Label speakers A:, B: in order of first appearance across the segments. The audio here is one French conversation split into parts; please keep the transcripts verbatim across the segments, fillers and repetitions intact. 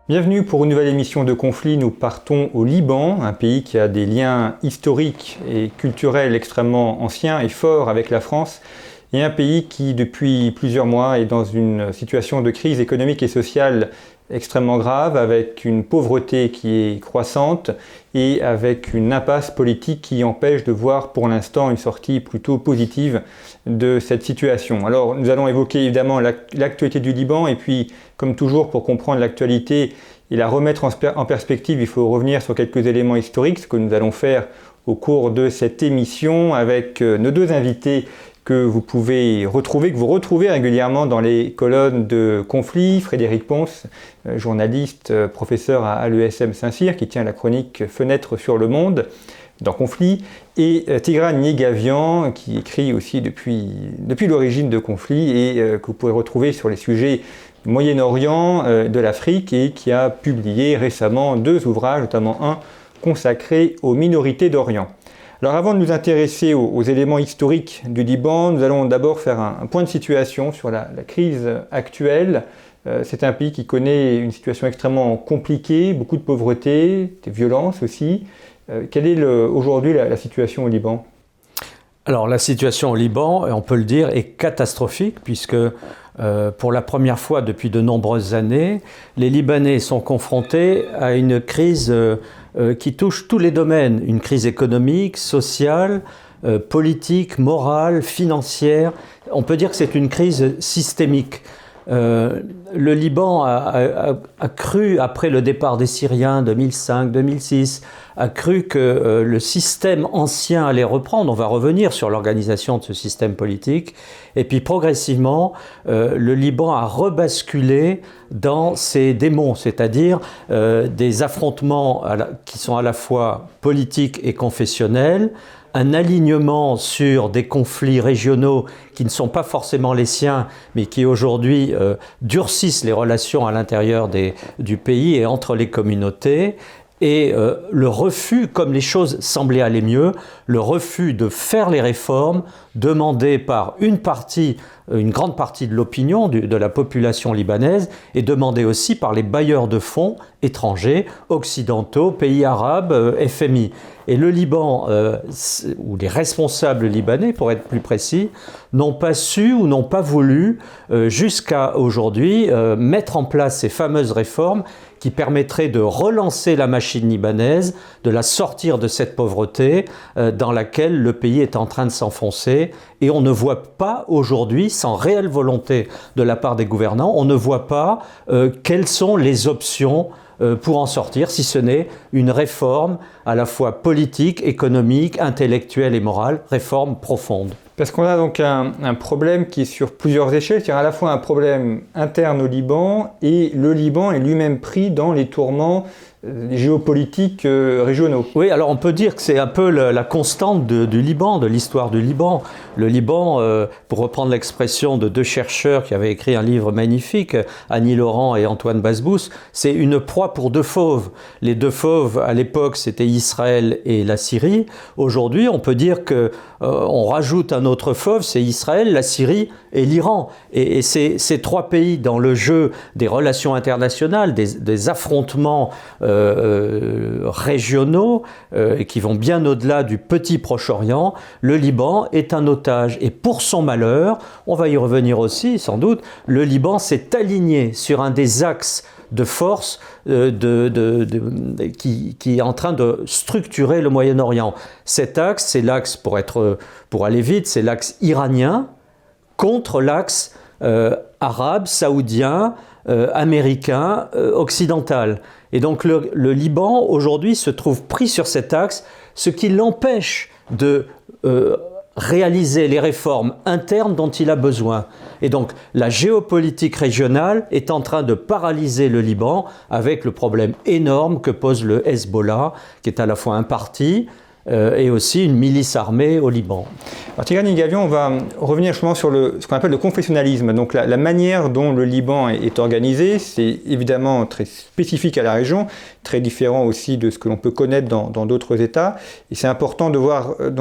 A: Bienvenue pour une nouvelle émission de Conflit. Nous partons au Liban, un pays qui a des liens historiques et culturels extrêmement anciens et forts avec la France, et un pays qui depuis plusieurs mois est dans une situation de crise économique et sociale extrêmement grave, avec une pauvreté qui est croissante et avec une impasse politique qui empêche de voir pour l'instant une sortie plutôt positive de cette situation. Alors nous allons évoquer évidemment l'actualité du Liban et puis comme toujours pour comprendre l'actualité et la remettre en perspective, il faut revenir sur quelques éléments historiques, ce que nous allons faire au cours de cette émission avec nos deux invités que vous pouvez retrouver, que vous retrouvez régulièrement dans les colonnes de Conflit. Frédéric Pons, journaliste, professeur à l'E S M Saint-Cyr, qui tient la chronique Fenêtre sur le monde dans Conflit, et Tigran Yegavian, qui écrit aussi depuis, depuis l'origine de Conflit et euh, que vous pouvez retrouver sur les sujets du Moyen-Orient, euh, de l'Afrique, et qui a publié récemment deux ouvrages, notamment un consacré aux minorités d'Orient. Alors avant de nous intéresser aux, aux éléments historiques du Liban, nous allons d'abord faire un, un point de situation sur la, la crise actuelle. Euh, c'est un pays qui connaît une situation extrêmement compliquée, beaucoup de pauvreté, des violences aussi. Euh, quelle est le, aujourd'hui la, la situation au Liban ?
B: Alors la situation au Liban, on peut le dire, est catastrophique puisque euh, pour la première fois depuis de nombreuses années, les Libanais sont confrontés à une crise euh, euh, qui touche tous les domaines, une crise économique, sociale, euh, politique, morale, financière. On peut dire que c'est une crise systémique. Euh, le Liban a, a, a cru, après le départ des Syriens deux mille cinq deux mille six, a cru que euh, le système ancien allait reprendre. On va revenir sur l'organisation de ce système politique. Et puis progressivement, euh, le Liban a rebasculé dans ses démons, c'est-à-dire euh, des affrontements à la, qui sont à la fois politiques et confessionnels, un alignement sur des conflits régionaux qui ne sont pas forcément les siens, mais qui aujourd'hui euh, durcissent les relations à l'intérieur des, du pays et entre les communautés, et euh, le refus, comme les choses semblaient aller mieux, le refus de faire les réformes demandées par une partie, une grande partie de l'opinion du, de la population libanaise, et demandées aussi par les bailleurs de fonds étrangers, occidentaux, pays arabes, euh, F M I. Et le Liban, euh, ou les responsables libanais, pour être plus précis, n'ont pas su ou n'ont pas voulu, euh, jusqu'à aujourd'hui, euh, mettre en place ces fameuses réformes qui permettraient de relancer la machine libanaise, de la sortir de cette pauvreté euh, dans laquelle le pays est en train de s'enfoncer. Et on ne voit pas aujourd'hui, sans réelle volonté de la part des gouvernants, on ne voit pas euh, quelles sont les options pour en sortir, si ce n'est une réforme à la fois politique, économique, intellectuelle et morale, réforme profonde.
A: Parce qu'on a donc un, un problème qui est sur plusieurs échelles, c'est-à-dire à la fois un problème interne au Liban et le Liban est lui-même pris dans les tourments euh, géopolitiques euh, régionaux.
B: Oui, alors on peut dire que c'est un peu le, la constante de, du Liban, de l'histoire du Liban. Le Liban, euh, pour reprendre l'expression de deux chercheurs qui avaient écrit un livre magnifique, Annie Laurent et Antoine Basbous, c'est une proie pour deux fauves. Les deux fauves, à l'époque, c'était Israël et la Syrie. Aujourd'hui, on peut dire que euh, on rajoute un autre fauve, c'est Israël, la Syrie et l'Iran. Et, et ces, ces trois pays dans le jeu des relations internationales, des, des affrontements euh, euh, régionaux euh, et qui vont bien au-delà du petit Proche-Orient, le Liban est un otage. Et pour son malheur, on va y revenir aussi sans doute, le Liban s'est aligné sur un des axes de force euh, de, de, de, de, qui, qui est en train de structurer le Moyen-Orient. Cet axe, c'est l'axe, pour, être, pour aller vite, c'est l'axe iranien contre l'axe euh, arabe, saoudien, euh, américain, euh, occidental. Et donc le, le Liban, aujourd'hui, se trouve pris sur cet axe, ce qui l'empêche de euh, réaliser les réformes internes dont il a besoin. Et donc la géopolitique régionale est en train de paralyser le Liban avec le problème énorme que pose le Hezbollah, qui est à la fois un parti euh, et aussi une milice armée au Liban.
A: Alors Tigran Yegavian, on va revenir justement sur le, ce qu'on appelle le confessionnalisme. Donc la, la manière dont le Liban est, est organisé, c'est évidemment très spécifique à la région, très différent aussi de ce que l'on peut connaître dans, dans d'autres États. Et c'est important de voir euh, donc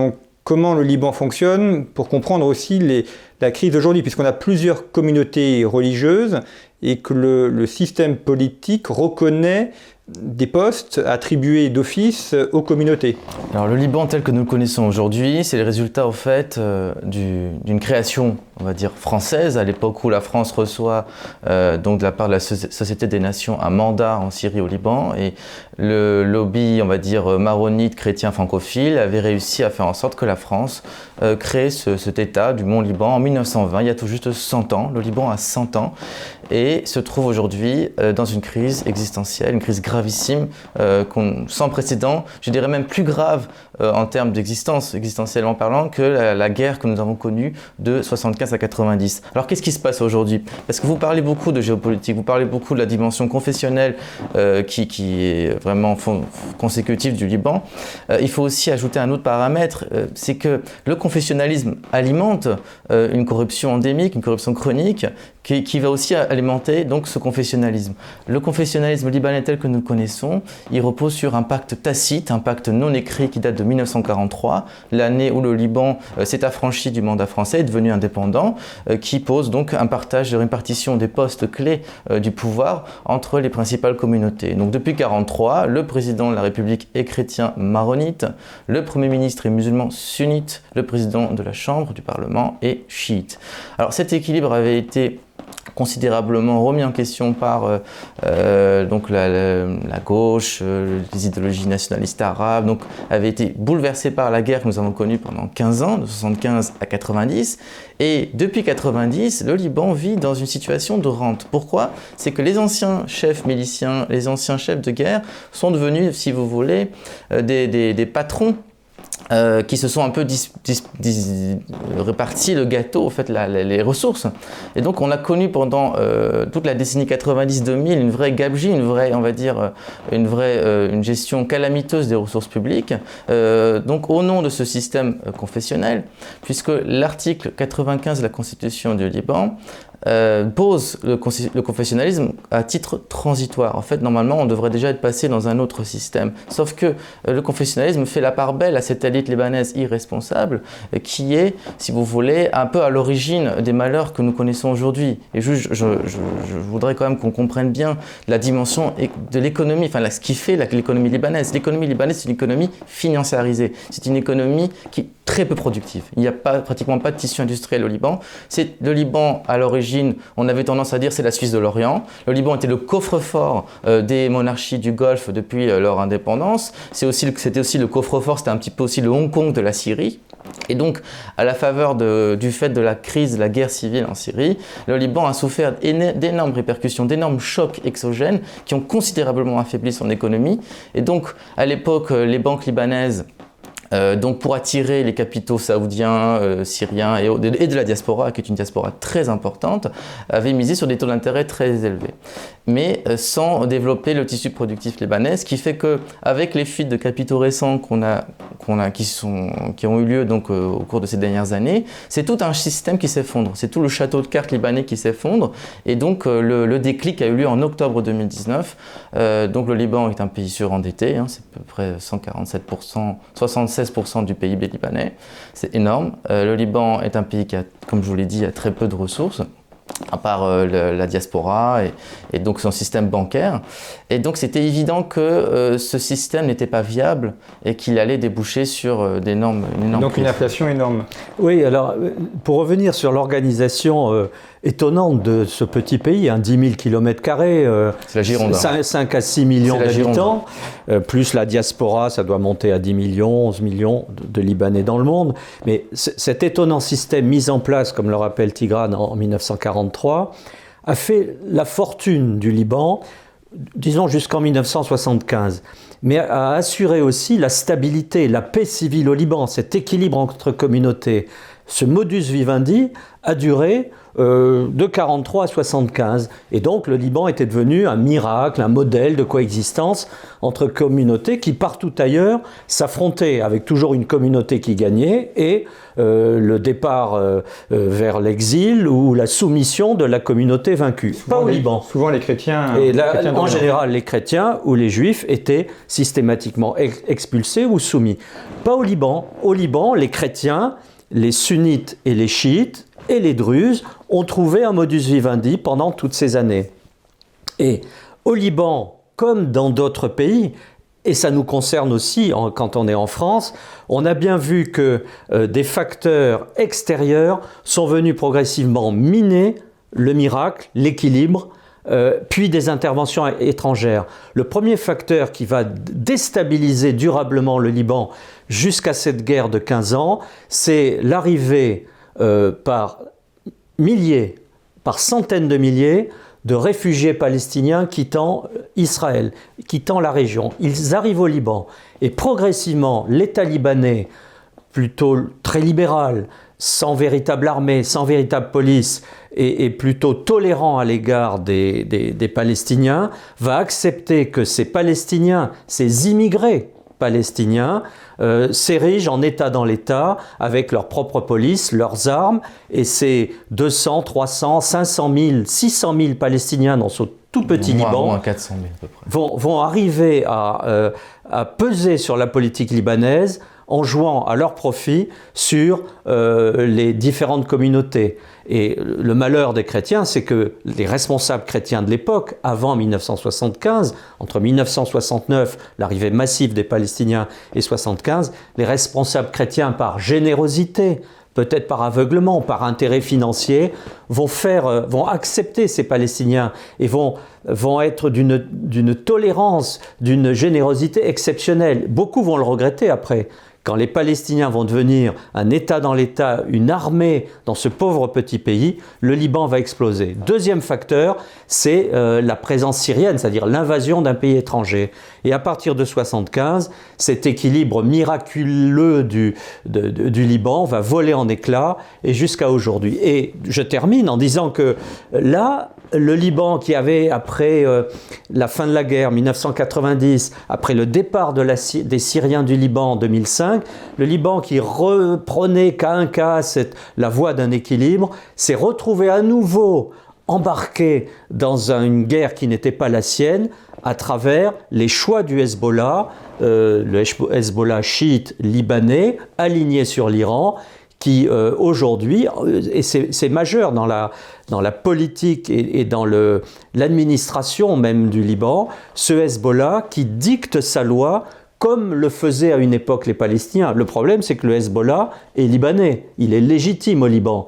A: comment le Liban fonctionne pour comprendre aussi les, la crise d'aujourd'hui, puisqu'on a plusieurs communautés religieuses et que le, le système politique reconnaît des postes attribués d'office aux communautés.
C: Alors le Liban tel que nous le connaissons aujourd'hui, c'est le résultat au fait euh, du, d'une création, on va dire, française, à l'époque où la France reçoit euh, donc de la part de la Société des Nations un mandat en Syrie au Liban, et le lobby, on va dire, maronite chrétien francophile avait réussi à faire en sorte que la France euh, crée ce, cet État du Mont Liban en mille neuf cent vingt, il y a tout juste cent ans. Le Liban a cent ans et se trouve aujourd'hui euh, dans une crise existentielle, une crise gravissime, euh, sans précédent, je dirais même plus grave euh, en termes d'existence, existentiellement parlant, que la, la guerre que nous avons connue de soixante-quinze à quatre-vingt-dix. Alors qu'est-ce qui se passe aujourd'hui? Parce que vous parlez beaucoup de géopolitique, vous parlez beaucoup de la dimension confessionnelle euh, qui, qui est vraiment fond, consécutive du Liban. Euh, il faut aussi ajouter un autre paramètre, euh, c'est que le confessionnalisme alimente euh, une corruption endémique, une corruption chronique, qui, qui va aussi alimenter donc ce confessionnalisme. Le confessionnalisme libanais tel que nous le connaissons, il repose sur un pacte tacite, un pacte non écrit qui date de mille neuf cent quarante-trois, l'année où le Liban euh, s'est affranchi du mandat français, est devenu indépendant, euh, qui pose donc un partage de répartition des postes clés euh, du pouvoir entre les principales communautés. Donc depuis mille neuf cent quarante-trois, le président de la République est chrétien maronite, le Premier ministre est musulman sunnite, le président de la Chambre du Parlement est chiite. Alors cet équilibre avait été considérablement remis en question par euh, euh, donc la, la, la gauche, euh, les idéologies nationalistes arabes, donc avait été bouleversé par la guerre que nous avons connue pendant quinze ans, de soixante-quinze à quatre-vingt-dix, et depuis quatre-vingt-dix, le Liban vit dans une situation de rente. Pourquoi? C'est que les anciens chefs miliciens, les anciens chefs de guerre sont devenus, si vous voulez, euh, des, des, des patrons Euh, qui se sont un peu dis, dis, dis, répartis le gâteau, en fait, la, la, les ressources. Et donc, on a connu pendant euh, toute la décennie quatre-vingt-dix deux mille une vraie gabegie, une vraie, on va dire, une vraie euh, une gestion calamiteuse des ressources publiques. Euh, donc, au nom de ce système euh, confessionnel, puisque l'article quatre-vingt-quinze de la Constitution du Liban Euh, pose le, le confessionnalisme à titre transitoire. En fait, normalement, on devrait déjà être passé dans un autre système. Sauf que euh, le confessionnalisme fait la part belle à cette élite libanaise irresponsable euh, qui est, si vous voulez, un peu à l'origine des malheurs que nous connaissons aujourd'hui. Et je, je, je, je voudrais quand même qu'on comprenne bien la dimension de l'économie, enfin ce qui fait l'économie libanaise. L'économie libanaise, c'est une économie financiarisée. C'est une économie qui est très peu productive. Il n'y a pas, pratiquement pas de tissu industriel au Liban. C'est le Liban, à l'origine, on avait tendance à dire c'est la Suisse de l'Orient. Le Liban était le coffre-fort euh, des monarchies du Golfe depuis euh, leur indépendance. C'est aussi, c'était aussi le coffre-fort, c'était un petit peu aussi le Hong Kong de la Syrie. Et donc, à la faveur de, du fait de la crise, de la guerre civile en Syrie, le Liban a souffert d'énormes répercussions, d'énormes chocs exogènes qui ont considérablement affaibli son économie. Et donc, à l'époque, les banques libanaises, Euh, donc pour attirer les capitaux saoudiens, euh, syriens et, et de la diaspora, qui est une diaspora très importante, avaient misé sur des taux d'intérêt très élevés, mais euh, sans développer le tissu productif libanais, ce qui fait qu'avec les fuites de capitaux récents qu'on a, qu'on a, qui, sont, qui ont eu lieu donc, euh, au cours de ces dernières années, c'est tout un système qui s'effondre, c'est tout le château de cartes libanais qui s'effondre, et donc euh, le, le déclic a eu lieu en octobre deux mille dix-neuf. Euh, donc le Liban est un pays surendetté, hein, c'est à peu près cent quarante-sept pour cent, soixante-seize pour cent du P I B libanais, c'est énorme. Euh, le Liban est un pays qui a, comme je vous l'ai dit, a très peu de ressources, à part euh, le, la diaspora et, et donc son système bancaire. Et donc c'était évident que euh, ce système n'était pas viable et qu'il allait déboucher sur euh, d'énormes, une énorme
A: Donc crise. Une inflation énorme.
B: Oui, alors pour revenir sur l'organisation euh, étonnante de ce petit pays, hein, dix mille kilomètres carrés, euh,
C: c'est la Gironde,
B: cinq à six millions d'habitants, euh, plus la diaspora, ça doit monter à dix millions, onze millions de, de Libanais dans le monde. Mais cet étonnant système mis en place, comme le rappelle Tigrane en, en mille neuf cent quarante-trois, a fait la fortune du Liban, disons jusqu'en mille neuf cent soixante-quinze, mais a assuré aussi la stabilité, la paix civile au Liban, cet équilibre entre communautés. Ce modus vivendi a duré euh, de quarante-trois à soixante-quinze. Et donc le Liban était devenu un miracle, un modèle de coexistence entre communautés qui partout ailleurs s'affrontaient, avec toujours une communauté qui gagnait, et euh, le départ euh, euh, vers l'exil ou la soumission de la communauté vaincue.
A: Souvent
B: Pas au
A: les,
B: Liban.
A: Souvent les chrétiens.
B: Et
A: les
B: là,
A: chrétiens
B: en général, les chrétiens ou les juifs étaient systématiquement ex- expulsés ou soumis. Pas au Liban. Au Liban, les chrétiens, les sunnites et les chiites et les druzes ont trouvé un modus vivendi pendant toutes ces années. Et au Liban, comme dans d'autres pays, et ça nous concerne aussi en, quand on est en France, on a bien vu que euh, des facteurs extérieurs sont venus progressivement miner le miracle, l'équilibre, euh, puis des interventions étrangères. Le premier facteur qui va déstabiliser durablement le Liban jusqu'à cette guerre de quinze ans, c'est l'arrivée euh, par milliers, par centaines de milliers, de réfugiés palestiniens quittant Israël, quittant la région. Ils arrivent au Liban et progressivement, l'État libanais, plutôt très libéral, sans véritable armée, sans véritable police, et, et plutôt tolérant à l'égard des, des, des Palestiniens, va accepter que ces Palestiniens, ces immigrés palestiniens, euh, s'érigent en État dans l'État avec leur propre police, leurs armes, et ces deux cents, trois cents, cinq cent mille, six cent mille Palestiniens dans ce tout petit
C: moins,
B: Liban
C: moins quatre cent mille à peu près.
B: Vont, vont arriver à, euh, à peser sur la politique libanaise en jouant à leur profit sur euh, les différentes communautés. Et le malheur des chrétiens, c'est que les responsables chrétiens de l'époque, avant mille neuf cent soixante-quinze, entre mille neuf cent soixante-neuf, l'arrivée massive des Palestiniens, et soixante-quinze, les responsables chrétiens, par générosité, peut-être par aveuglement, par intérêt financier, vont, faire, vont accepter ces Palestiniens et vont, vont être d'une, d'une tolérance, d'une générosité exceptionnelle. Beaucoup vont le regretter après. Quand les Palestiniens vont devenir un État dans l'État, une armée dans ce pauvre petit pays, le Liban va exploser. Deuxième facteur, c'est euh, la présence syrienne, c'est-à-dire l'invasion d'un pays étranger. Et à partir de soixante-quinze, cet équilibre miraculeux du, de, de, du Liban va voler en éclats et jusqu'à aujourd'hui. Et je termine en disant que là, le Liban qui avait, après euh, la fin de la guerre, mille neuf cent quatre-vingt-dix, après le départ de la, des Syriens du Liban en deux mille cinq, le Liban qui reprenait cas un cas cette, la voie d'un équilibre, s'est retrouvé à nouveau embarqué dans une guerre qui n'était pas la sienne à travers les choix du Hezbollah, euh, le Hezbollah chiite libanais, aligné sur l'Iran, qui euh, aujourd'hui, et c'est, c'est majeur dans la, dans la politique et, et dans le, l'administration même du Liban, ce Hezbollah qui dicte sa loi comme le faisaient à une époque les Palestiniens. Le problème, c'est que le Hezbollah est libanais, il est légitime au Liban.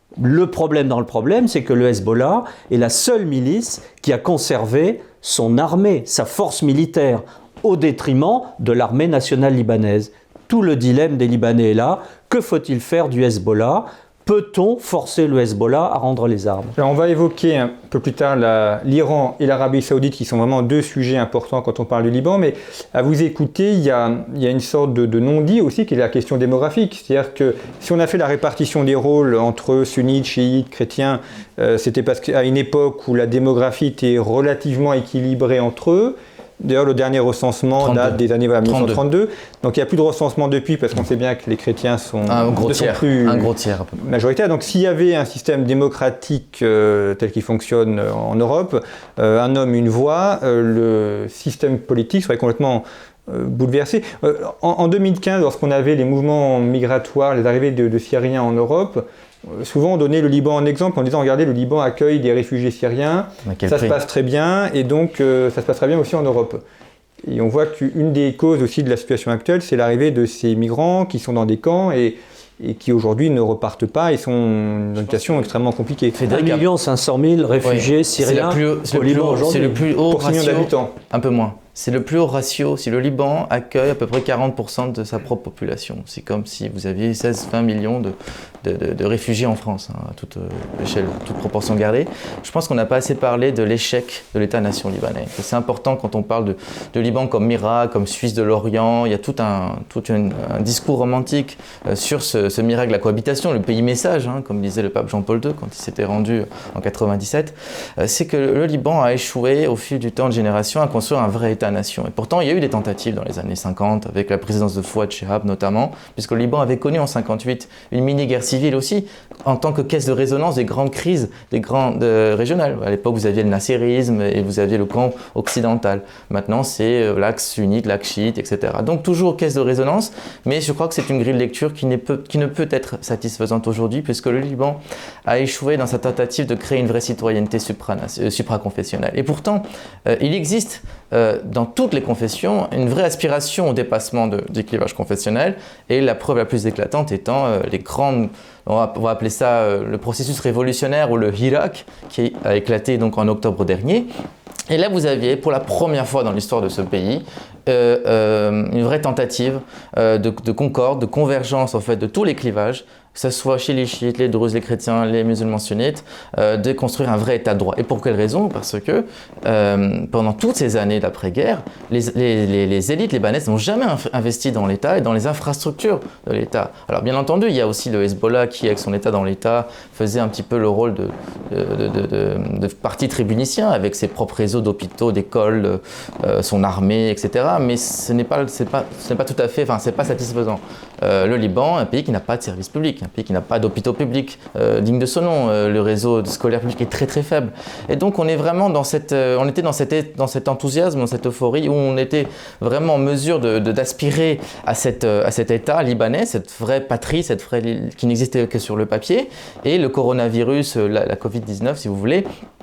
B: Le problème dans le problème, c'est que le Hezbollah est la seule milice qui a conservé son armée, sa force militaire, au détriment de l'armée nationale libanaise. Tout le dilemme des Libanais est là. Que faut-il faire du Hezbollah ? Peut-on forcer le Hezbollah à rendre les armes ?
A: Alors on va évoquer un peu plus tard la, l'Iran et l'Arabie Saoudite qui sont vraiment deux sujets importants quand on parle du Liban, mais à vous écouter, il y a, il y a une sorte de, de non-dit aussi qui est la question démographique. C'est-à-dire que si on a fait la répartition des rôles entre sunnites, chiites, chrétiens, euh, c'était parce qu'à une époque où la démographie était relativement équilibrée entre eux. D'ailleurs, le dernier recensement trente-deux date des années voilà, mille neuf cent trente-deux. Donc, il n'y a plus de recensement depuis parce qu'on sait bien que les chrétiens sont,
C: un gros
A: ne sont
C: tiers,
A: plus
C: un gros tiers,
A: majoritaires. Donc, s'il y avait un système démocratique euh, tel qu'il fonctionne en Europe, euh, un homme, une voix, euh, le système politique serait complètement euh, bouleversé. Euh, en, en deux mille quinze, lorsqu'on avait les mouvements migratoires, les arrivées de, de Syriens en Europe, souvent on donnait le Liban en exemple en disant regardez le Liban accueille des réfugiés syriens, ça prix. se passe très bien et donc euh, ça se passera bien aussi en Europe. Et on voit qu'une des causes aussi de la situation actuelle c'est l'arrivée de ces migrants qui sont dans des camps et, et qui aujourd'hui ne repartent pas et sont dans une situation extrêmement compliquée.
B: un million cinq cent mille réfugiés oui. syriens
C: c'est plus, c'est au Liban aujourd'hui. C'est le plus haut
A: pour six millions d'habitants.
C: Un peu moins. c'est le plus haut ratio. Si le Liban accueille à peu près quarante pour cent de sa propre population, c'est comme si vous aviez seize à vingt millions de, de, de, de réfugiés en France, hein, à toute euh, échelle, toute proportion gardée. Je pense qu'on n'a pas assez parlé de l'échec de l'État-nation libanais. Et c'est important quand on parle de, de Liban comme miracle, comme Suisse de l'Orient. Il y a tout un, tout une, un discours romantique euh, sur ce, ce miracle de la cohabitation, le pays message, hein, comme disait le pape Jean-Paul deux quand il s'était rendu en quatre-vingt-dix-sept. Euh, c'est que le Liban a échoué au fil du temps de génération à construire un vrai État-nation. Et pourtant, il y a eu des tentatives dans les années cinquante, avec la présidence de Fouad Chehab notamment, puisque le Liban avait connu en cinquante-huit une mini-guerre civile aussi, en tant que caisse de résonance des grandes crises, des grandes euh, régionales. À l'époque, vous aviez le nasserisme et vous aviez le camp occidental. Maintenant, c'est euh, l'axe sunnite, l'axe chiite, et cetera. Donc toujours caisse de résonance, mais je crois que c'est une grille de lecture qui, n'est peu, qui ne peut être satisfaisante aujourd'hui, puisque le Liban a échoué dans sa tentative de créer une vraie citoyenneté supra, euh, supraconfessionnelle. Et pourtant, euh, il existe euh, dans toutes les confessions une vraie aspiration au dépassement de, des clivages confessionnels, et la preuve la plus éclatante étant euh, les grandes, on va, on va appeler ça euh, le processus révolutionnaire ou le Hirak, qui a éclaté donc en octobre dernier. Et là, vous aviez, pour la première fois dans l'histoire de ce pays, euh, euh, une vraie tentative euh, de, de concorde, de convergence en fait, de tous les clivages, que ce soit chez les chiites, les druzes, les chrétiens, les musulmans sunnites, euh, de construire un vrai état de droit. Et pour quelle raison? Parce que euh, pendant toutes ces années d'après-guerre, les, les, les, les élites libanaises n'ont jamais investi dans l'État et dans les infrastructures de l'État. Alors bien entendu, il y a aussi le Hezbollah qui, avec son État dans l'État, faisait un petit peu le rôle de, de, de, de, de parti tribunicien, avec ses propres réseaux d'hôpitaux, d'écoles, euh, son armée, et cetera. Mais ce n'est pas, c'est pas, ce n'est pas tout à fait, enfin, c'est pas satisfaisant. Euh, le Liban, un pays qui n'a pas de service public, un pays qui n'a pas d'hôpitaux publics euh, dignes de ce nom. Euh, le réseau scolaire public est très très faible. Et donc on est vraiment dans cette, euh, on était dans cet, dans cet enthousiasme, dans cette euphorie où on était vraiment en mesure de, de, d'aspirer à, cette, à cet État libanais, cette vraie patrie, cette vraie qui n'existait que sur le papier. Et le coronavirus, la, la covid dix-neuf si vous voulez,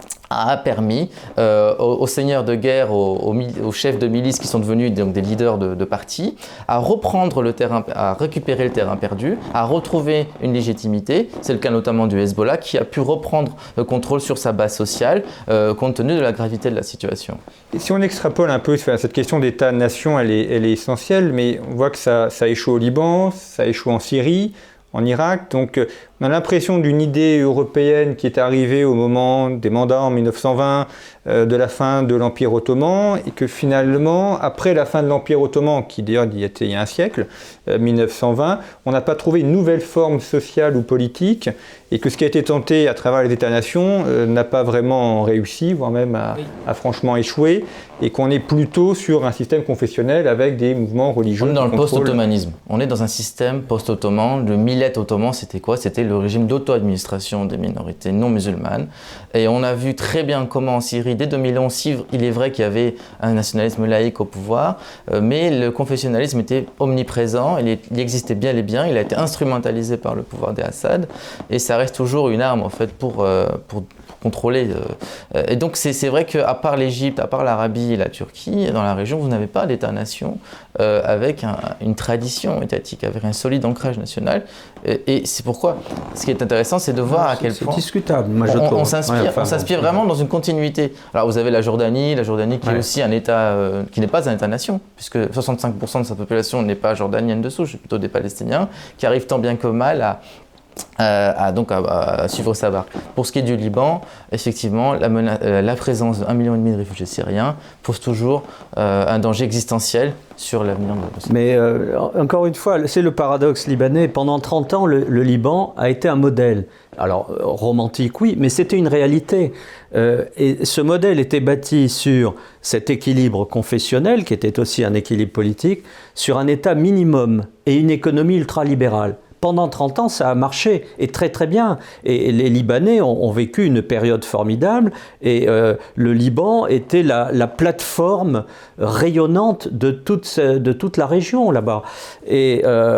C: a permis euh, aux, aux seigneurs de guerre, aux, aux, aux chefs de milices qui sont devenus donc, des leaders de, de partis, à reprendre le terrain, à récupérer le terrain perdu, à retrouver une légitimité. C'est le cas notamment du Hezbollah qui a pu reprendre le contrôle sur sa base sociale euh, compte tenu de la gravité de la situation.
A: Et si on extrapole un peu, cette question d'État-nation, elle est, elle est essentielle, mais on voit que ça, ça échoue au Liban, ça échoue en Syrie, en Irak, donc on a l'impression d'une idée européenne qui est arrivée au moment des mandats en mille neuf cent vingt, euh, de la fin de l'Empire ottoman, et que finalement, après la fin de l'Empire ottoman, qui d'ailleurs y était il y a un siècle, euh, mille neuf cent vingt, on n'a pas trouvé une nouvelle forme sociale ou politique, et que ce qui a été tenté à travers les États-nations euh, n'a pas vraiment réussi, voire même a, oui. a franchement échoué, et qu'on est plutôt sur un système confessionnel avec des mouvements religieux.
C: On est dans le post-ottomanisme. On est dans un système post-ottoman. Le millet ottoman, c'était quoi? C'était le régime d'auto-administration des minorités non musulmanes. Et on a vu très bien comment en Syrie, dès deux mille onze, il est vrai qu'il y avait un nationalisme laïque au pouvoir, euh, mais le confessionnalisme était omniprésent, il, est, il existait bien et bien, il a été instrumentalisé par le pouvoir d'Assad, et ça reste toujours une arme en fait pour, euh, pour, pour contrôler. Euh, et donc c'est, c'est vrai qu'à part l'Égypte, à part l'Arabie et la Turquie, dans la région, vous n'avez pas d'État-nation euh, avec un, une tradition étatique, avec un solide ancrage national. Et, et c'est pourquoi ce qui est intéressant, c'est de voir à quel
B: c'est
C: point
B: discutable, moi, je
C: on,
B: trouve.
C: on s'inspire, ouais, enfin, on s'inspire bon. vraiment dans une continuité. Alors vous avez la Jordanie, la Jordanie qui ouais. est aussi un État euh, qui n'est pas un État-nation, puisque soixante-cinq pour cent de sa population n'est pas jordanienne de souche, c'est plutôt des Palestiniens qui arrivent tant bien que mal à Euh, à, donc à, à suivre sa barque. Pour ce qui est du Liban, effectivement, la, mena- euh, la présence d'un million et demi de réfugiés syriens pose toujours euh, un danger existentiel sur l'avenir de la
B: Mais euh, encore une fois, c'est le paradoxe libanais. Pendant trente ans, le, le Liban a été un modèle. Alors, euh, romantique, oui, mais c'était une réalité. Euh, et ce modèle était bâti sur cet équilibre confessionnel, qui était aussi un équilibre politique, sur un État minimum et une économie ultralibérale. Pendant trente ans, ça a marché, et très très bien. Et les Libanais ont, ont vécu une période formidable, et euh, le Liban était la, la plateforme rayonnante de toute, de toute la région là-bas. Et, euh,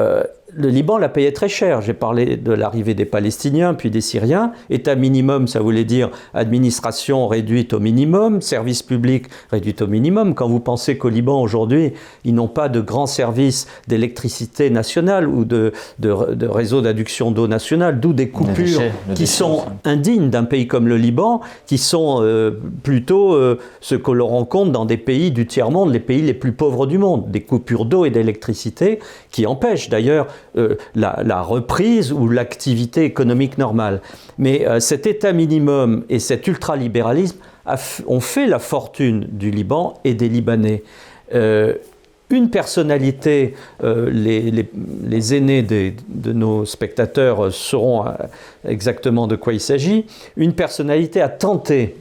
B: le Liban l'a payé très cher. J'ai parlé de l'arrivée des Palestiniens, puis des Syriens. État minimum, ça voulait dire administration réduite au minimum, service public réduit au minimum. Quand vous pensez qu'au Liban, aujourd'hui, ils n'ont pas de grands services d'électricité nationale ou de, de, de réseau d'adduction d'eau nationale, d'où des coupures
C: déchets,
B: qui
C: déchets
B: sont
C: aussi.
B: indignes d'un pays comme le Liban, qui sont euh, plutôt euh, ce que l'on rencontre dans des pays du tiers-monde, les pays les plus pauvres du monde. Des coupures d'eau et d'électricité qui empêchent d'ailleurs Euh, la, la reprise ou l'activité économique normale. Mais euh, cet État minimum et cet ultralibéralisme a f- ont fait la fortune du Liban et des Libanais. Euh, une personnalité, euh, les, les, les aînés des, de nos spectateurs sauront euh, exactement de quoi il s'agit, une personnalité a tenté,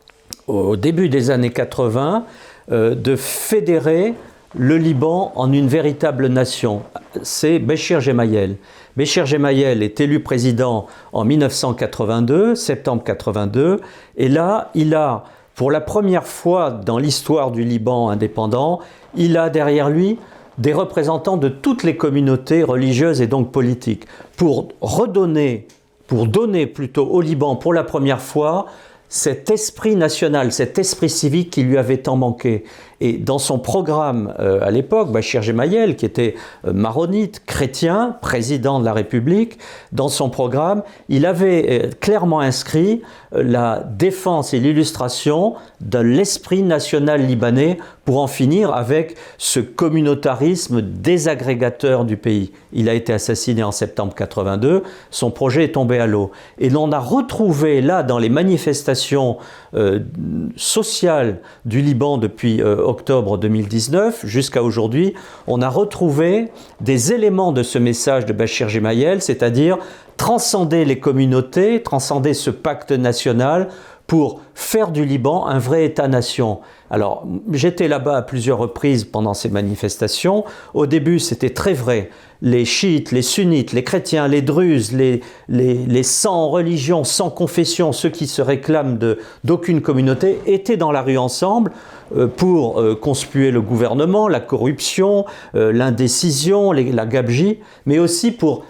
B: au début des années quatre-vingts, euh, de fédérer le Liban en une véritable nation. C'est Béchir Gemayel. Béchir Gemayel est élu président en mille neuf cent quatre-vingt-deux, septembre quatre-vingt-deux, et là, il a, pour la première fois dans l'histoire du Liban indépendant, il a derrière lui des représentants de toutes les communautés religieuses et donc politiques, pour redonner, pour donner plutôt au Liban pour la première fois cet esprit national, cet esprit civique qui lui avait tant manqué. Et dans son programme euh, à l'époque, Béchir Gemayel, qui était euh, maronite, chrétien, président de la République, dans son programme, il avait euh, clairement inscrit euh, la défense et l'illustration de l'esprit national libanais pour en finir avec ce communautarisme désagrégateur du pays. Il a été assassiné en septembre quatre-vingt-deux, son projet est tombé à l'eau. Et l'on a retrouvé là, dans les manifestations euh, sociales du Liban depuis euh, octobre deux mille dix-neuf jusqu'à aujourd'hui, on a retrouvé des éléments de ce message de Béchir Gemayel, c'est-à-dire transcender les communautés, transcender ce pacte national pour faire du Liban un vrai État-nation. Alors, j'étais là-bas à plusieurs reprises pendant ces manifestations. Au début, c'était très vrai. Les chiites, les sunnites, les chrétiens, les druzes, les, les, les sans religion, sans confession, ceux qui se réclament de, d'aucune communauté, étaient dans la rue ensemble euh, pour euh, conspuer le gouvernement, la corruption, euh, l'indécision, les, la gabegie, mais aussi pour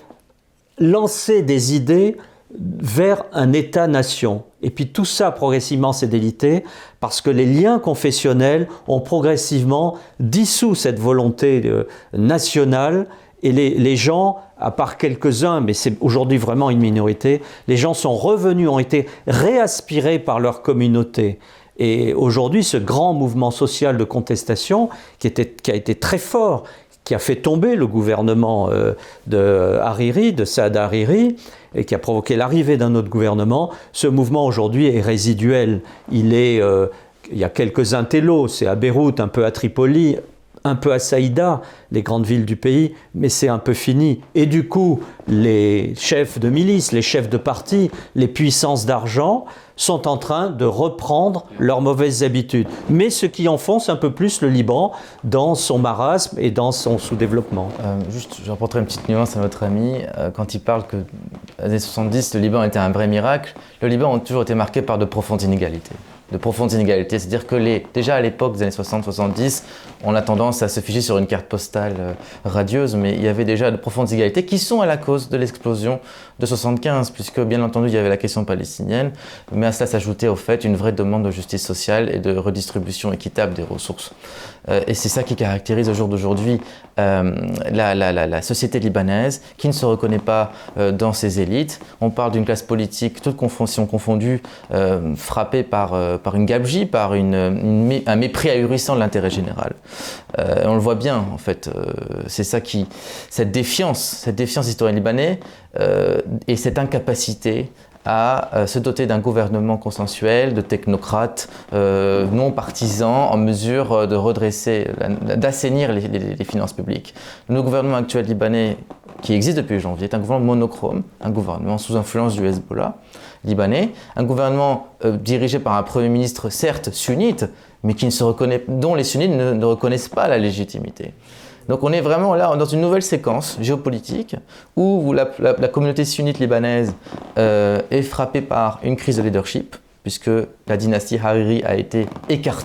B: lancer des idées vers un État-nation. Et puis tout ça, progressivement, s'est délité parce que les liens confessionnels ont progressivement dissous cette volonté euh, nationale. Et les, les gens, à part quelques-uns, mais c'est aujourd'hui vraiment une minorité, les gens sont revenus, ont été réaspirés par leur communauté. Et aujourd'hui, ce grand mouvement social de contestation, qui, était, qui a été très fort, qui a fait tomber le gouvernement euh, de Hariri, de Saad Hariri, et qui a provoqué l'arrivée d'un autre gouvernement, ce mouvement aujourd'hui est résiduel. Il est, euh, il y a quelques intellos, c'est à Beyrouth, un peu à Tripoli, un peu à Saïda, les grandes villes du pays, mais c'est un peu fini. Et du coup, les chefs de milice, les chefs de parti, les puissances d'argent sont en train de reprendre leurs mauvaises habitudes. Mais ce qui enfonce un peu plus le Liban dans son marasme et dans son sous-développement.
C: Euh, juste, je rapporterai une petite nuance à notre ami. Euh, quand il parle que, dans les années soixante-dix, le Liban était un vrai miracle, le Liban a toujours été marqué par de profondes inégalités. de profondes inégalités. C'est-à-dire que les, déjà à l'époque des années soixante soixante-dix, on a tendance à se figer sur une carte postale euh, radieuse, mais il y avait déjà de profondes inégalités qui sont à la cause de l'explosion de soixante-quinze, puisque bien entendu il y avait la question palestinienne, mais à cela s'ajoutait au fait une vraie demande de justice sociale et de redistribution équitable des ressources. Euh, et c'est ça qui caractérise au jour d'aujourd'hui euh, la, la, la, la société libanaise, qui ne se reconnaît pas euh, dans ses élites. On parle d'une classe politique, toute confonction confondue, euh, frappée par, euh, par une gabegie, par une, une, un mépris ahurissant de l'intérêt général. Euh, on le voit bien, en fait. Euh, c'est ça qui, cette défiance, cette défiance des citoyens libanais euh, et cette incapacité à euh, se doter d'un gouvernement consensuel, de technocrates euh, non partisans, en mesure euh, de redresser, d'assainir les, les, les finances publiques. Le gouvernement actuel libanais, qui existe depuis janvier, est un gouvernement monochrome, un gouvernement sous influence du Hezbollah libanais, un gouvernement euh, dirigé par un premier ministre certes sunnite, mais qui ne se reconnaît, dont les sunnites ne, ne reconnaissent pas la légitimité. Donc on est vraiment là dans une nouvelle séquence géopolitique où la, la, la communauté sunnite libanaise euh, est frappée par une crise de leadership, puisque la dynastie Hariri a été écartée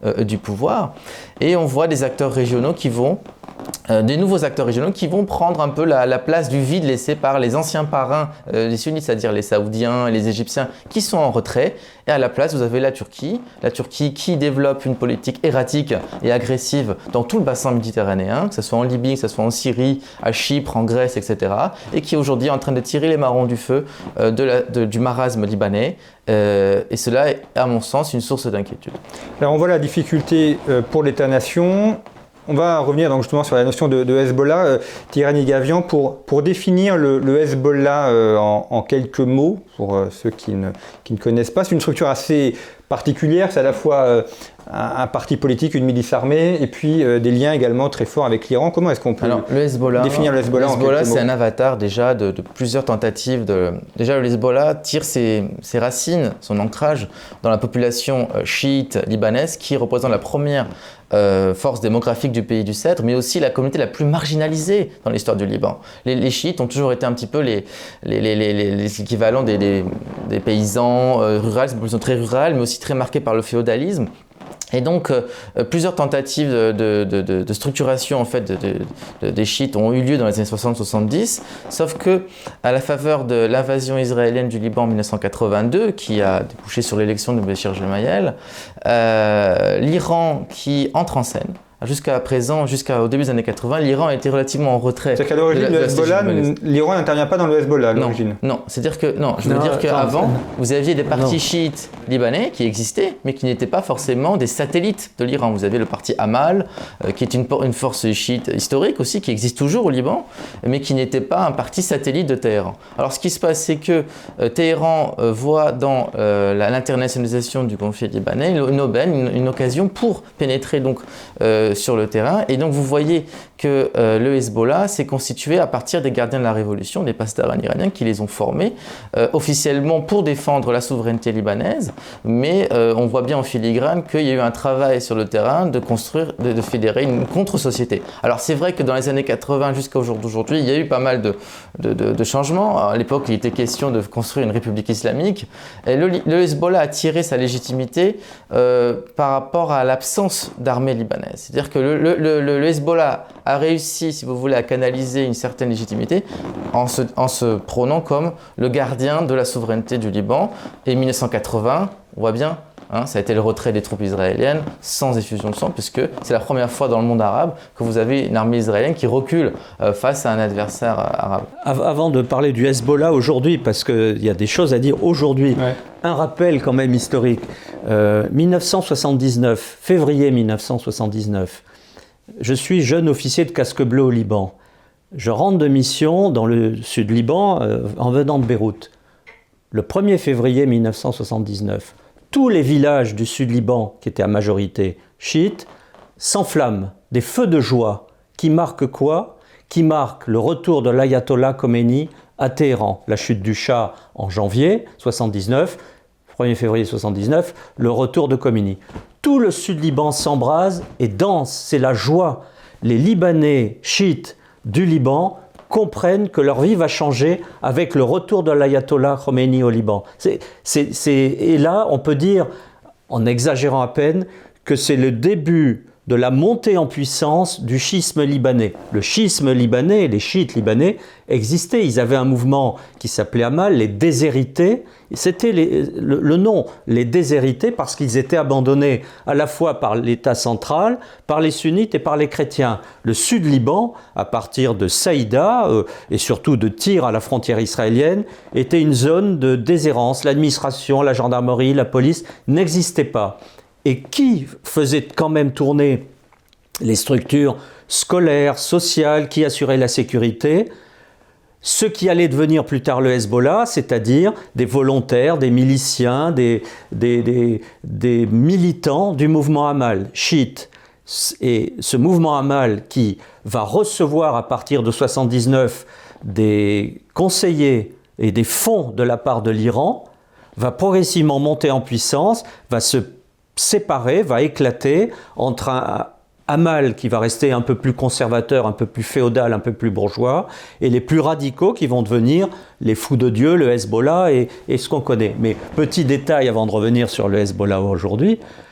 C: euh, du pouvoir. Et on voit des acteurs régionaux qui vont Euh, des nouveaux acteurs régionaux qui vont prendre un peu la, la place du vide laissé par les anciens parrains euh, des sunnites, c'est-à-dire les Saoudiens et les Égyptiens qui sont en retrait. Et à la place, vous avez la Turquie, la Turquie qui développe une politique erratique et agressive dans tout le bassin méditerranéen, que ce soit en Libye, que ce soit en Syrie, à Chypre, en Grèce, et cetera. Et qui aujourd'hui est en train de tirer les marrons du feu euh, de la, de, du marasme libanais. Euh, et cela est, à mon sens, une source d'inquiétude.
A: Alors on voit la difficulté euh, pour l'État-nation. On va revenir donc justement sur la notion de, de Hezbollah. Euh, Tirani Gavian, pour, pour définir le, le Hezbollah euh, en, en quelques mots, pour euh, ceux qui ne, qui ne connaissent pas, c'est une structure assez particulière. C'est à la fois euh, un, un parti politique, une milice armée, et puis euh, des liens également très forts avec l'Iran. Comment est-ce qu'on peut
C: Alors, le Hezbollah,
A: définir le Hezbollah,
C: le Hezbollah
A: en quelques mots ?
C: C'est un avatar déjà de, de plusieurs tentatives. De... Déjà, le Hezbollah tire ses, ses racines, son ancrage dans la population euh, chiite libanaise qui représente la première Euh, force démographique du pays du Cèdre, mais aussi la communauté la plus marginalisée dans l'histoire du Liban. Les, les chiites ont toujours été un petit peu les, les, les, les, les, les équivalents des, des, des paysans euh, ruraux, c'est une population très rurale, mais aussi très marquée par le féodalisme. Et donc, euh, plusieurs tentatives de, de, de, de structuration en fait, de, de, de, des chiites ont eu lieu dans les années soixante soixante-dix, sauf que à la faveur de l'invasion israélienne du Liban en mille neuf cent quatre-vingt-deux, qui a débouché sur l'élection de Béchir Gemayel, euh, l'Iran qui entre en scène. Jusqu'à présent, jusqu'au début des années quatre-vingts, l'Iran a été relativement en retrait.
A: C'est qu'à l'origine, le Hezbollah, l'Iran n'intervient pas dans le Hezbollah à l'origine.
C: Non, non, c'est-à-dire que, non, je veux
B: non,
C: dire qu'avant, vous aviez des partis
B: non.
C: chiites libanais qui existaient, mais qui n'étaient pas forcément des satellites de l'Iran. Vous avez le parti Amal, euh, qui est une, une force chiite historique aussi, qui existe toujours au Liban, mais qui n'était pas un parti satellite de Téhéran. Alors, ce qui se passe, c'est que euh, Téhéran euh, voit dans euh, l'internationalisation du conflit libanais une aubaine, une, une occasion pour pénétrer donc euh, sur le terrain. Et donc vous voyez que euh, le Hezbollah s'est constitué à partir des gardiens de la révolution, des pasdaran iraniens qui les ont formés euh, officiellement pour défendre la souveraineté libanaise, mais euh, on voit bien en filigrane qu'il y a eu un travail sur le terrain de construire, de, de fédérer une contre-société. Alors c'est vrai que dans les années quatre-vingts jusqu'à aujourd'hui, il y a eu pas mal de, de, de, de changements. À l'époque, il était question de construire une république islamique. Et le, le Hezbollah a tiré sa légitimité euh, par rapport à l'absence d'armée libanaise. C'est-à-dire que le, le, le, le Hezbollah a réussi, si vous voulez, à canaliser une certaine légitimité en se, en se prônant comme le gardien de la souveraineté du Liban. Et mille neuf cent quatre-vingts, on voit bien, hein, ça a été le retrait des troupes israéliennes sans effusion de sang, puisque c'est la première fois dans le monde arabe que vous avez une armée israélienne qui recule euh, face à un adversaire euh, arabe.
B: Avant de parler du Hezbollah aujourd'hui, parce qu'il y a des choses à dire aujourd'hui, ouais. Un rappel quand même historique. Euh, mille neuf cent soixante-dix-neuf, février mille neuf cent soixante-dix-neuf, je suis jeune officier de casque bleu au Liban. Je rentre de mission dans le sud Liban euh, en venant de Beyrouth. Le premier février mille neuf cent soixante-dix-neuf, tous les villages du sud Liban, qui étaient à majorité chiites, s'enflamment. Des feux de joie qui marquent quoi ? Qui marquent le retour de l'ayatollah Khomeini à Téhéran. La chute du Shah en janvier soixante-dix-neuf, premier février soixante-dix-neuf, le retour de Khomeini. Tout le sud Liban s'embrase et danse, c'est la joie. Les Libanais chiites du Liban comprennent que leur vie va changer avec le retour de l'ayatollah Khomeini au Liban. C'est, c'est, c'est, et là, on peut dire, en exagérant à peine, que c'est le début de la montée en puissance du schisme libanais. Le schisme libanais, les chiites libanais existaient. Ils avaient un mouvement qui s'appelait Amal, les déshérités. C'était les, le, le nom, les déshérités, parce qu'ils étaient abandonnés à la fois par l'État central, par les sunnites et par les chrétiens. Le sud Liban, à partir de Saïda euh, et surtout de Tyr à la frontière israélienne, était une zone de déshérence. L'administration, la gendarmerie, la police n'existaient pas. Et qui faisait quand même tourner les structures scolaires, sociales, qui assuraient la sécurité ? Ce qui allait devenir plus tard le Hezbollah, c'est-à-dire des volontaires, des miliciens, des, des, des, des militants du mouvement Amal, chiite. Et ce mouvement Amal qui va recevoir à partir de soixante-dix-neuf des conseillers et des fonds de la part de l'Iran, va progressivement monter en puissance, va se séparé, va éclater entre un Amal qui va rester un peu plus conservateur, un peu plus féodal, un peu plus bourgeois, et les plus radicaux qui vont devenir les fous de Dieu, le Hezbollah et, et ce qu'on connaît. Mais petit détail avant de revenir sur le Hezbollah aujourd'hui,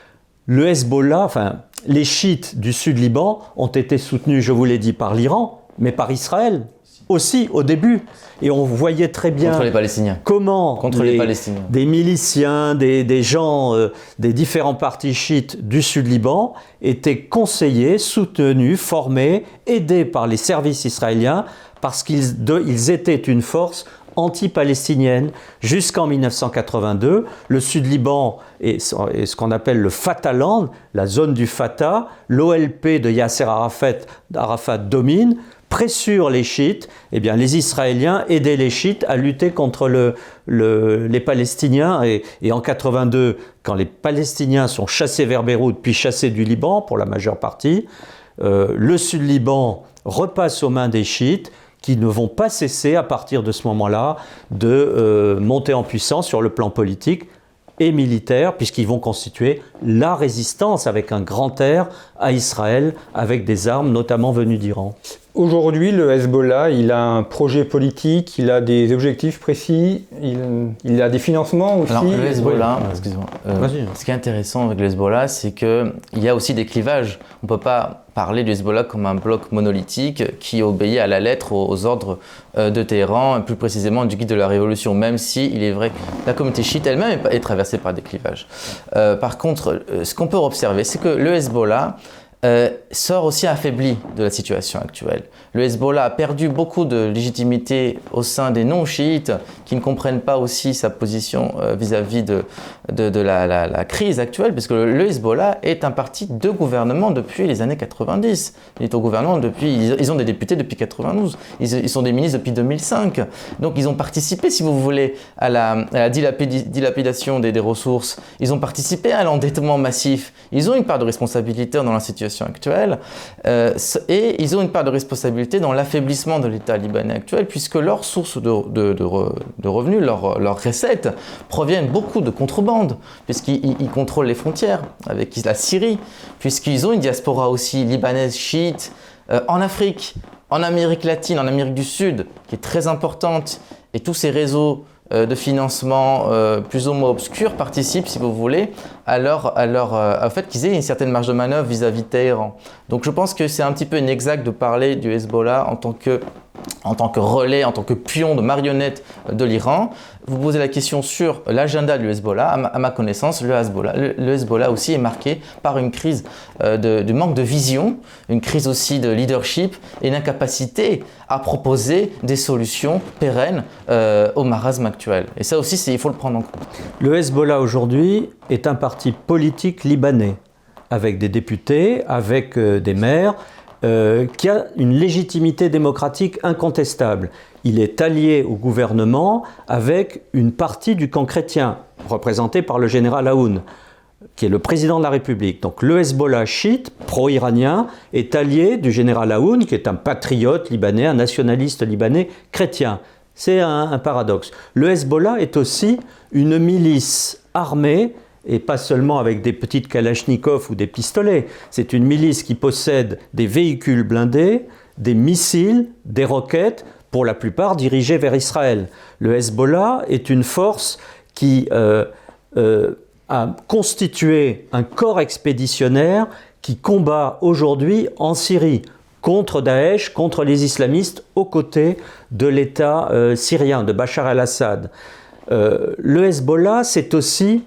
B: le Hezbollah, enfin, les chiites du sud Liban ont été soutenus, je vous l'ai dit, par l'Iran, mais par Israël aussi au début. Et on voyait très bien
C: contre les Palestiniens.
B: comment
C: contre
B: les,
C: les Palestiniens.
B: des miliciens, des, des gens euh, des différents partis chiites du sud Liban étaient conseillés, soutenus, formés, aidés par les services israéliens parce qu'ils de, ils étaient une force anti-palestinienne jusqu'en mille neuf cent quatre-vingt-deux. Le Sud-Liban est, est ce qu'on appelle le Fatahland, la zone du Fatah. L'O L P de Yasser Arafat, Arafat domine, pressure les chiites. Eh bien, les Israéliens aidaient les chiites à lutter contre le, le, les Palestiniens. Et, et en quatre-vingt-deux, quand les Palestiniens sont chassés vers Beyrouth, puis chassés du Liban pour la majeure partie, euh, le Sud-Liban repasse aux mains des chiites, qui ne vont pas cesser à partir de ce moment-là de euh, monter en puissance sur le plan politique et militaire, puisqu'ils vont constituer la résistance avec un grand R à Israël, avec des armes notamment venues d'Iran.
A: Aujourd'hui, le Hezbollah, il a un projet politique, il a des objectifs précis, il, il a des financements aussi.
C: Alors, le Hezbollah,
A: oui.
C: excusez-moi, euh, ce qui est intéressant avec le Hezbollah, c'est qu'il y a aussi des clivages. On ne peut pas parler du Hezbollah comme un bloc monolithique qui obéit à la lettre aux, aux ordres euh, de Téhéran, et plus précisément du guide de la Révolution, même si il est vrai que la communauté chiite elle-même est, est traversée par des clivages. Euh, par contre, euh, ce qu'on peut observer, c'est que le Hezbollah Euh, sort aussi affaibli de la situation actuelle. Le Hezbollah a perdu beaucoup de légitimité au sein des non-chiites qui ne comprennent pas aussi sa position euh, vis-à-vis de, de, de la, la, la crise actuelle, parce que le, le Hezbollah est un parti de gouvernement depuis les années quatre-vingt-dix. Il est au gouvernement depuis, ils, ils ont des députés depuis quatre-vingt-douze, ils, ils sont des ministres depuis deux mille cinq. Donc ils ont participé, si vous voulez, à la, à la dilapidi, dilapidation des, des ressources, ils ont participé à l'endettement massif, ils ont une part de responsabilité dans la situation actuelle euh, et ils ont une part de responsabilité dans l'affaiblissement de l'État libanais actuel, puisque leurs sources de, de, de, de revenus, leurs leur recettes proviennent beaucoup de contrebande, puisqu'ils ils contrôlent les frontières avec la Syrie, puisqu'ils ont une diaspora aussi libanaise chiite euh, en Afrique, en Amérique latine, en Amérique du Sud, qui est très importante, et tous ces réseaux de financement euh, plus ou moins obscurs participent, si vous voulez, à leur, à leur, euh, au fait qu'ils aient une certaine marge de manœuvre vis-à-vis de Téhéran. Donc je pense que c'est un petit peu inexact de parler du Hezbollah en tant que, en tant que relais, en tant que pion de marionnette de l'Iran. Vous posez la question sur l'agenda du Hezbollah. À ma, à ma connaissance, le Hezbollah, le, le Hezbollah aussi est marqué par une crise euh, de, de manque de vision, une crise aussi de leadership et une incapacité à proposer des solutions pérennes euh, au marasme actuel. Et ça aussi, c'est, il faut le prendre en compte.
B: Le Hezbollah aujourd'hui est un parti politique libanais, avec des députés, avec euh, des maires, euh, qui a une légitimité démocratique incontestable. Il est allié au gouvernement avec une partie du camp chrétien, représentée par le général Aoun, qui est le président de la République. Donc le Hezbollah chiite, pro-iranien, est allié du général Aoun, qui est un patriote libanais, un nationaliste libanais chrétien. C'est un, un paradoxe. Le Hezbollah est aussi une milice armée, et pas seulement avec des petites kalachnikovs ou des pistolets. C'est une milice qui possède des véhicules blindés, des missiles, des roquettes, pour la plupart dirigés vers Israël. Le Hezbollah est une force qui euh, euh, a constitué un corps expéditionnaire qui combat aujourd'hui en Syrie contre Daesh, contre les islamistes, aux côtés de l'État euh, syrien, de Bachar el-Assad. Euh, le Hezbollah, c'est aussi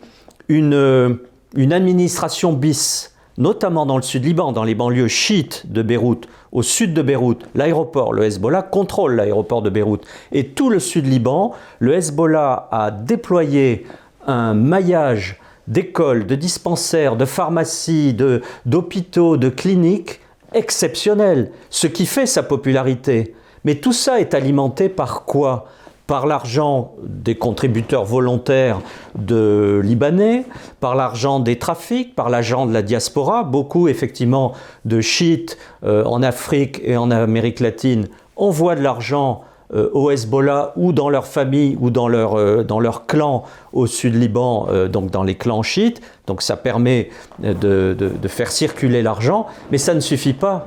B: une, une administration bis, notamment dans le sud Liban, dans les banlieues chiites de Beyrouth, au sud de Beyrouth, l'aéroport, le Hezbollah contrôle l'aéroport de Beyrouth. Et tout le sud Liban, le Hezbollah a déployé un maillage d'écoles, de dispensaires, de pharmacies, de, d'hôpitaux, de cliniques exceptionnel, ce qui fait sa popularité. Mais tout ça est alimenté par quoi ? Par l'argent des contributeurs volontaires de Libanais, par l'argent des trafics, par l'argent de la diaspora. Beaucoup, effectivement, de chiites euh, en Afrique et en Amérique latine envoient de l'argent euh, au Hezbollah ou dans leur famille ou dans leur, euh, dans leur clan au sud Liban, euh, donc dans les clans chiites. Donc ça permet de, de, de faire circuler l'argent, mais ça ne suffit pas.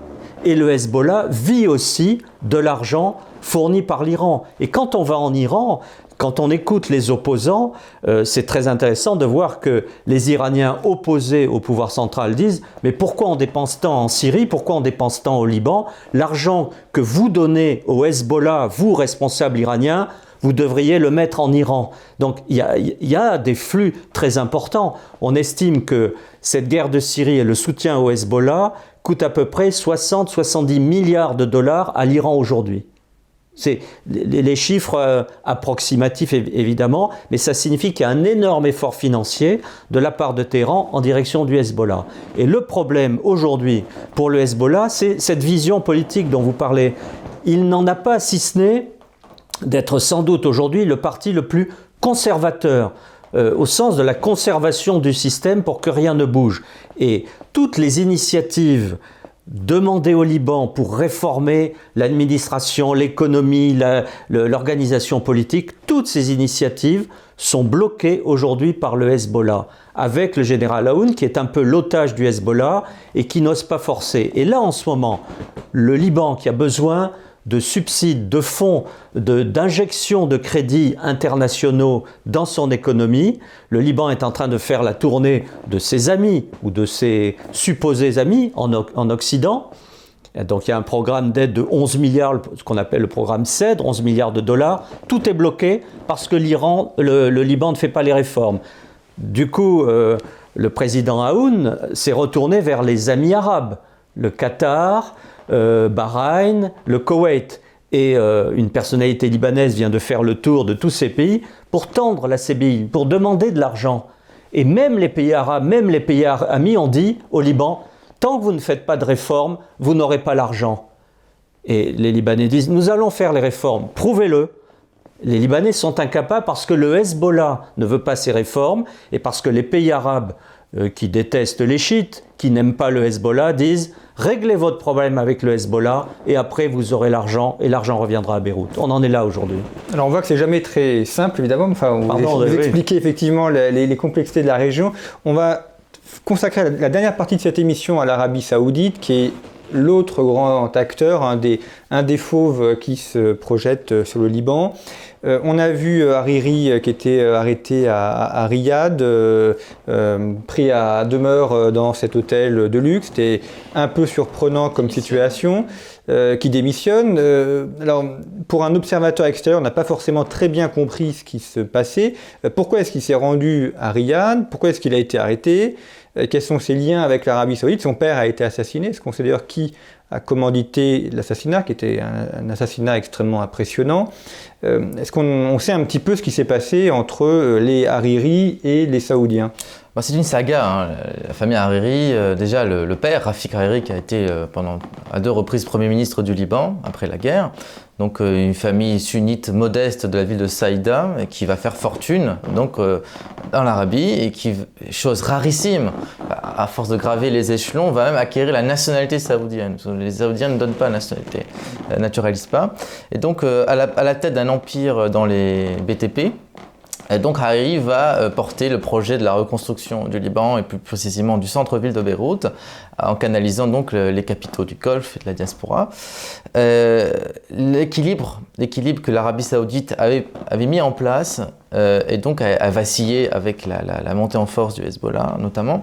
B: et le Hezbollah vit aussi de l'argent fourni par l'Iran. Et quand on va en Iran, quand on écoute les opposants, euh, c'est très intéressant de voir que les Iraniens opposés au pouvoir central disent « Mais pourquoi on dépense tant en Syrie? Pourquoi on dépense tant au Liban? L'argent que vous donnez au Hezbollah, vous, responsables iraniens, vous devriez le mettre en Iran. » Donc il y a, y a des flux très importants. On estime que cette guerre de Syrie et le soutien au Hezbollah coûtent à peu près soixante à soixante-dix milliards de dollars à l'Iran aujourd'hui. C'est les chiffres euh, approximatifs évidemment, mais ça signifie qu'il y a un énorme effort financier de la part de Téhéran en direction du Hezbollah. Et le problème aujourd'hui pour le Hezbollah, c'est cette vision politique dont vous parlez. Il n'en a pas, si ce n'est d'être sans doute aujourd'hui le parti le plus conservateur, euh, au sens de la conservation du système pour que rien ne bouge. Et toutes les initiatives demandées au Liban pour réformer l'administration, l'économie, l'organisation politique, toutes ces initiatives sont bloquées aujourd'hui par le Hezbollah, avec le général Aoun qui est un peu l'otage du Hezbollah et qui n'ose pas forcer. Et là, en ce moment, le Liban qui a besoin de subsides, de fonds, d'injections de, de crédits internationaux dans son économie. Le Liban est en train de faire la tournée de ses amis ou de ses supposés amis en, en Occident. Donc il y a un programme d'aide de onze milliards, ce qu'on appelle le programme CEDRE, onze milliards de dollars. Tout est bloqué parce que l'Iran, le, le Liban ne fait pas les réformes. Du coup, euh, le président Aoun s'est retourné vers les amis arabes, le Qatar, Euh, Bahreïn, le Koweït. Et euh, une personnalité libanaise vient de faire le tour de tous ces pays pour tendre la sébille, pour demander de l'argent. Et même les pays arabes, même les pays amis ont dit au Liban, tant que vous ne faites pas de réformes, vous n'aurez pas l'argent. Et les Libanais disent, nous allons faire les réformes, prouvez-le. Les Libanais sont incapables parce que le Hezbollah ne veut pas ces réformes et parce que les pays arabes euh, qui détestent les chiites, qui n'aiment pas le Hezbollah, disent réglez votre problème avec le Hezbollah et après vous aurez l'argent et l'argent reviendra à Beyrouth. On en est là aujourd'hui.
A: Alors on voit que c'est jamais très simple évidemment, enfin, vous, Pardon, vous oui. expliquez effectivement les, les complexités de la région. On va consacrer la, la dernière partie de cette émission à l'Arabie Saoudite qui est l'autre grand acteur, un des, un des fauves qui se projette sur le Liban. Euh, on a vu Hariri qui était arrêté à, à, à Riyad, euh, euh, pris à demeure dans cet hôtel de luxe. C'était un peu surprenant comme situation, euh, qui démissionne. Euh, alors, pour un observateur extérieur, on n'a pas forcément très bien compris ce qui se passait. Euh, pourquoi est-ce qu'il s'est rendu à Riyad? Pourquoi est-ce qu'il a été arrêté? Quels sont ses liens avec l'Arabie Saoudite? Son père a été assassiné. Est-ce qu'on sait d'ailleurs qui a commandité l'assassinat, qui était un, un assassinat extrêmement impressionnant? euh, Est-ce qu'on on sait un petit peu ce qui s'est passé entre les Hariri et les Saoudiens?
C: Bah, c'est une saga, hein. La famille Hariri, euh, déjà le, le père, Rafik Hariri, qui a été euh, pendant, à deux reprises Premier ministre du Liban après la guerre. Donc euh, une famille sunnite modeste de la ville de Saïda et qui va faire fortune donc, euh, dans l'Arabie et qui, chose rarissime, à force de graver les échelons, va même acquérir la nationalité saoudienne. Les Saoudiens ne donnent pas la nationalité, ne naturalisent pas. Et donc euh, à, la, à la tête d'un empire dans les B T P, et donc Hariri va porter le projet de la reconstruction du Liban et plus précisément du centre-ville de Beyrouth en canalisant donc les capitaux du Golfe et de la diaspora. Euh, l'équilibre, l'équilibre que l'Arabie Saoudite avait, avait mis en place euh, et donc a, a vacillé avec la, la, la montée en force du Hezbollah notamment.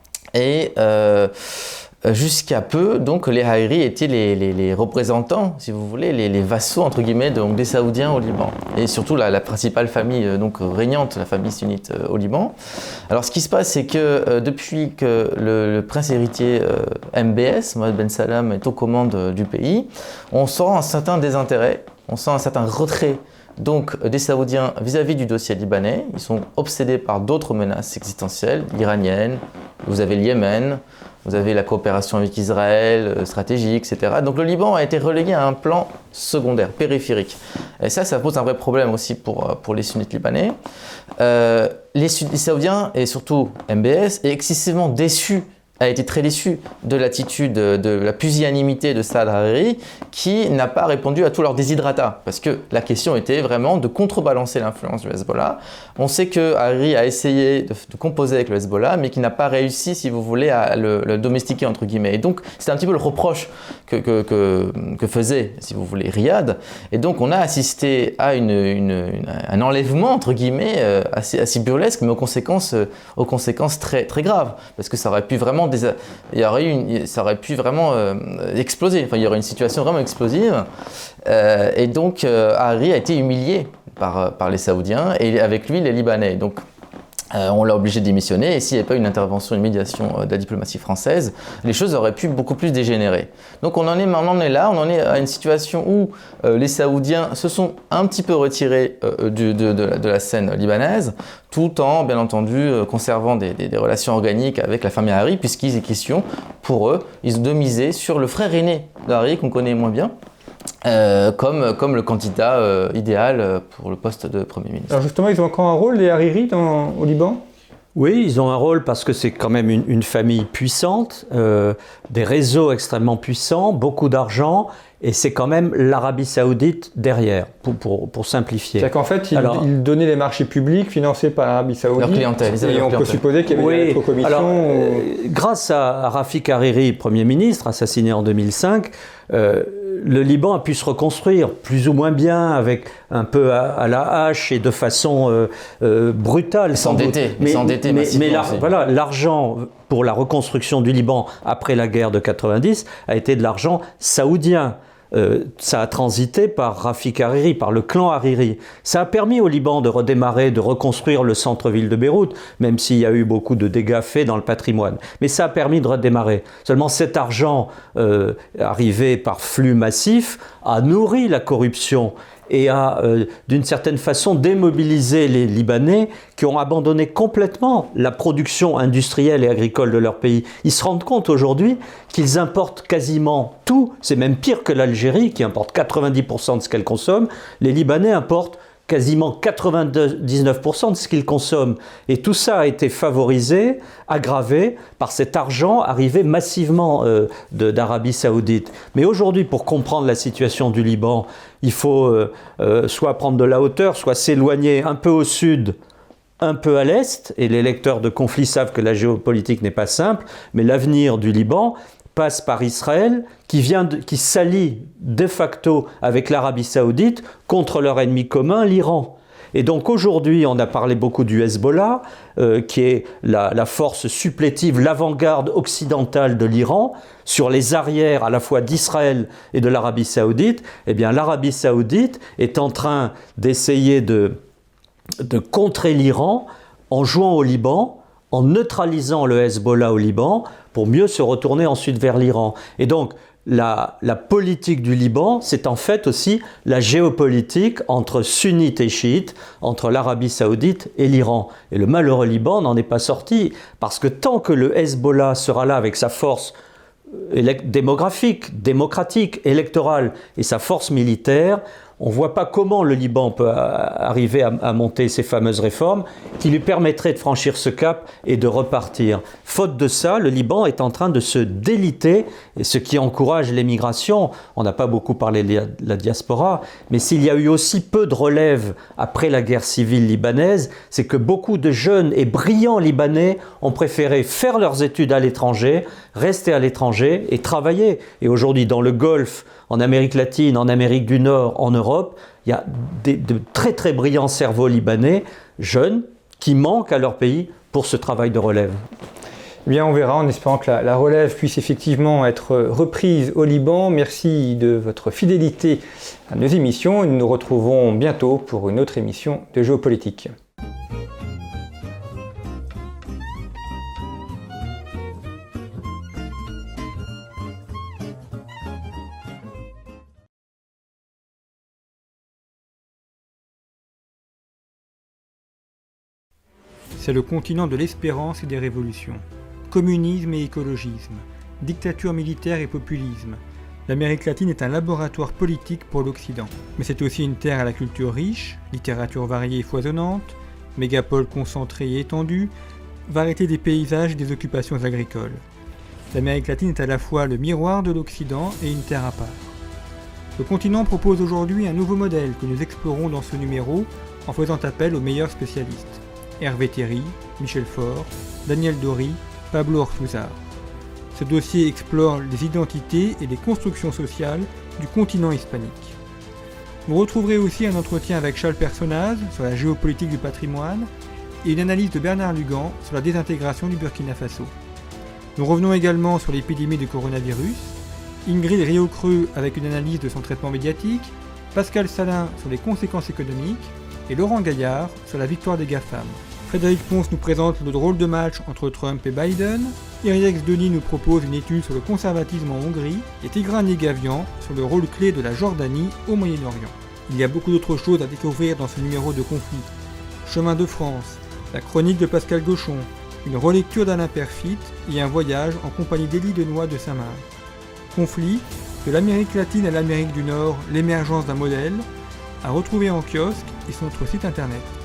C: Et euh, jusqu'à peu, donc, les Hariri étaient les, les, les représentants, si vous voulez, les, les vassaux, entre guillemets, donc, des Saoudiens au Liban. Et surtout, la, la principale famille donc, régnante, la famille sunnite euh, au Liban. Alors, ce qui se passe, c'est que euh, depuis que le, le prince héritier euh, M B S, Mohamed Ben Salem, est aux commandes euh, du pays, on sent un certain désintérêt, on sent un certain retrait donc, des Saoudiens vis-à-vis du dossier libanais. Ils sont obsédés par d'autres menaces existentielles, iraniennes, vous avez le Yémen, vous avez la coopération avec Israël, stratégique, et cetera. Donc le Liban a été relégué à un plan secondaire, périphérique. Et ça, ça pose un vrai problème aussi pour, pour les sunnites libanais. Euh, les, les Saoudiens, et surtout M B S, est excessivement déçu a été très déçu de l'attitude, de la pusillanimité de Saad Hariri, qui n'a pas répondu à tous leurs desiderata, parce que la question était vraiment de contrebalancer l'influence du Hezbollah. On sait que Hariri a essayé de, de composer avec le Hezbollah, mais qui n'a pas réussi, si vous voulez, à le, le domestiquer, entre guillemets. Et donc, c'est un petit peu le reproche que, que, que, que faisait, si vous voulez, Riyad. Et donc, on a assisté à une, une, une, un enlèvement, entre guillemets, assez, assez burlesque, mais aux conséquences, aux conséquences très, très graves, parce que ça aurait pu vraiment Des, il y aurait eu une, ça aurait pu vraiment euh, exploser, enfin, il y aurait une situation vraiment explosive euh, et donc euh, Hariri a été humilié par, par les Saoudiens et avec lui les Libanais. Donc euh, on l'a obligé de démissionner et s'il n'y avait pas une intervention, une médiation euh, de la diplomatie française, les choses auraient pu beaucoup plus dégénérer. Donc on en est, on en est là, on en est à une situation où euh, les Saoudiens se sont un petit peu retirés euh, du, de, de, de la scène libanaise, tout en, bien entendu, euh, conservant des, des, des relations organiques avec la famille Hariri, puisqu'il est question, pour eux, ils ont de miser sur le frère aîné d'Hariri, qu'on connaît moins bien, euh, comme, comme le candidat euh, idéal pour le poste de Premier ministre.
A: Alors justement, ils ont encore un rôle, les Hariri, dans, au Liban ?
B: Oui, ils ont un rôle parce que c'est quand même une, une famille puissante, euh, des réseaux extrêmement puissants, beaucoup d'argent, et c'est quand même l'Arabie Saoudite derrière, pour, pour, pour simplifier.
A: C'est-à-dire qu'en fait, ils,
B: alors,
A: ils donnaient les marchés publics financés par l'Arabie Saoudite.
C: Leur clientèle. Ils
A: et
C: leur
A: on
C: clientèle.
A: peut supposer qu'il y avait
B: oui,
A: des commissions.
B: alors,
A: ou...
B: euh, grâce à Rafik Hariri, Premier ministre, assassiné en deux mille cinq, euh, le Liban a pu se reconstruire plus ou moins bien, avec un peu à, à la hache et de façon euh, euh, brutale.
C: S'endetter,
B: mais,
C: s'endetter
B: mais,
C: massivement
B: mais la,
C: aussi.
B: voilà, l'argent pour la reconstruction du Liban après la guerre de quatre-vingt-dix a été de l'argent saoudien. Euh, ça a transité par Rafik Hariri, par le clan Hariri. Ça a permis au Liban de redémarrer, de reconstruire le centre-ville de Beyrouth, même s'il y a eu beaucoup de dégâts faits dans le patrimoine. Mais ça a permis de redémarrer. Seulement cet argent euh, arrivé par flux massif a nourri la corruption et a, euh, d'une certaine façon, démobilisé les Libanais qui ont abandonné complètement la production industrielle et agricole de leur pays. Ils se rendent compte aujourd'hui qu'ils importent quasiment tout, c'est même pire que l'Algérie qui importe quatre-vingt-dix pour cent de ce qu'elle consomme. Les Libanais importent quasiment quatre-vingt-dix-neuf pour cent de ce qu'ils consomment. Et tout ça a été favorisé, aggravé par cet argent arrivé massivement euh, de, d'Arabie Saoudite. Mais aujourd'hui, pour comprendre la situation du Liban, il faut euh, euh, soit prendre de la hauteur, soit s'éloigner un peu au sud, un peu à l'est. Et les lecteurs de conflits savent que la géopolitique n'est pas simple, mais l'avenir du Liban passe par Israël, qui, vient de, qui s'allie de facto avec l'Arabie Saoudite contre leur ennemi commun, l'Iran. Et donc aujourd'hui, on a parlé beaucoup du Hezbollah, euh, qui est la, la force supplétive, l'avant-garde occidentale de l'Iran, sur les arrières à la fois d'Israël et de l'Arabie Saoudite. Eh bien, l'Arabie Saoudite est en train d'essayer de, de contrer l'Iran en jouant au Liban, en neutralisant le Hezbollah au Liban, pour mieux se retourner ensuite vers l'Iran. Et donc, la, la politique du Liban, c'est en fait aussi la géopolitique entre sunnites et chiites, entre l'Arabie Saoudite et l'Iran. Et le malheureux Liban n'en est pas sorti, parce que tant que le Hezbollah sera là avec sa force démographique, démocratique, électorale et sa force militaire, on ne voit pas comment le Liban peut arriver à, à monter ces fameuses réformes qui lui permettraient de franchir ce cap et de repartir. Faute de ça, le Liban est en train de se déliter, et ce qui encourage l'émigration. On n'a pas beaucoup parlé de la diaspora, mais s'il y a eu aussi peu de relève après la guerre civile libanaise, c'est que beaucoup de jeunes et brillants Libanais ont préféré faire leurs études à l'étranger, rester à l'étranger et travailler. Et aujourd'hui, dans le Golfe, en Amérique latine, en Amérique du Nord, en Europe, il y a des, de très très brillants cerveaux libanais, jeunes, qui manquent à leur pays pour ce travail de relève.
A: Eh bien, on verra en espérant que la, la relève puisse effectivement être reprise au Liban. Merci de votre fidélité à nos émissions et nous nous retrouvons bientôt pour une autre émission de Géopolitique. C'est le continent de l'espérance et des révolutions. Communisme et écologisme, dictature militaire et populisme. L'Amérique latine est un laboratoire politique pour l'Occident. Mais c'est aussi une terre à la culture riche, littérature variée et foisonnante, mégapole concentrée et étendue, variété des paysages et des occupations agricoles. L'Amérique latine est à la fois le miroir de l'Occident et une terre à part. Le continent propose aujourd'hui un nouveau modèle que nous explorons dans ce numéro en faisant appel aux meilleurs spécialistes. Hervé Théry, Michel Faure, Daniel Dory, Pablo Ortúzar. Ce dossier explore les identités et les constructions sociales du continent hispanique. Vous retrouverez aussi un entretien avec Charles Personnaz sur la géopolitique du patrimoine et une analyse de Bernard Lugan sur la désintégration du Burkina Faso. Nous revenons également sur l'épidémie du coronavirus, Ingrid Riocreux avec une analyse de son traitement médiatique, Pascal Salin sur les conséquences économiques et Laurent Gaillard sur la victoire des GAFAM. Frédéric Ponce nous présente le drôle de match entre Trump et Biden, Iriex Denis nous propose une étude sur le conservatisme en Hongrie et Tigran Yegavian sur le rôle clé de la Jordanie au Moyen-Orient. Il y a beaucoup d'autres choses à découvrir dans ce numéro de Conflit. Chemin de France, la chronique de Pascal Gauchon, une relecture d'Alain Perfit et un voyage en compagnie d'Élie Denoy de Saint-Marc. Conflit, de l'Amérique latine à l'Amérique du Nord, l'émergence d'un modèle, à retrouver en kiosque et sur notre site internet.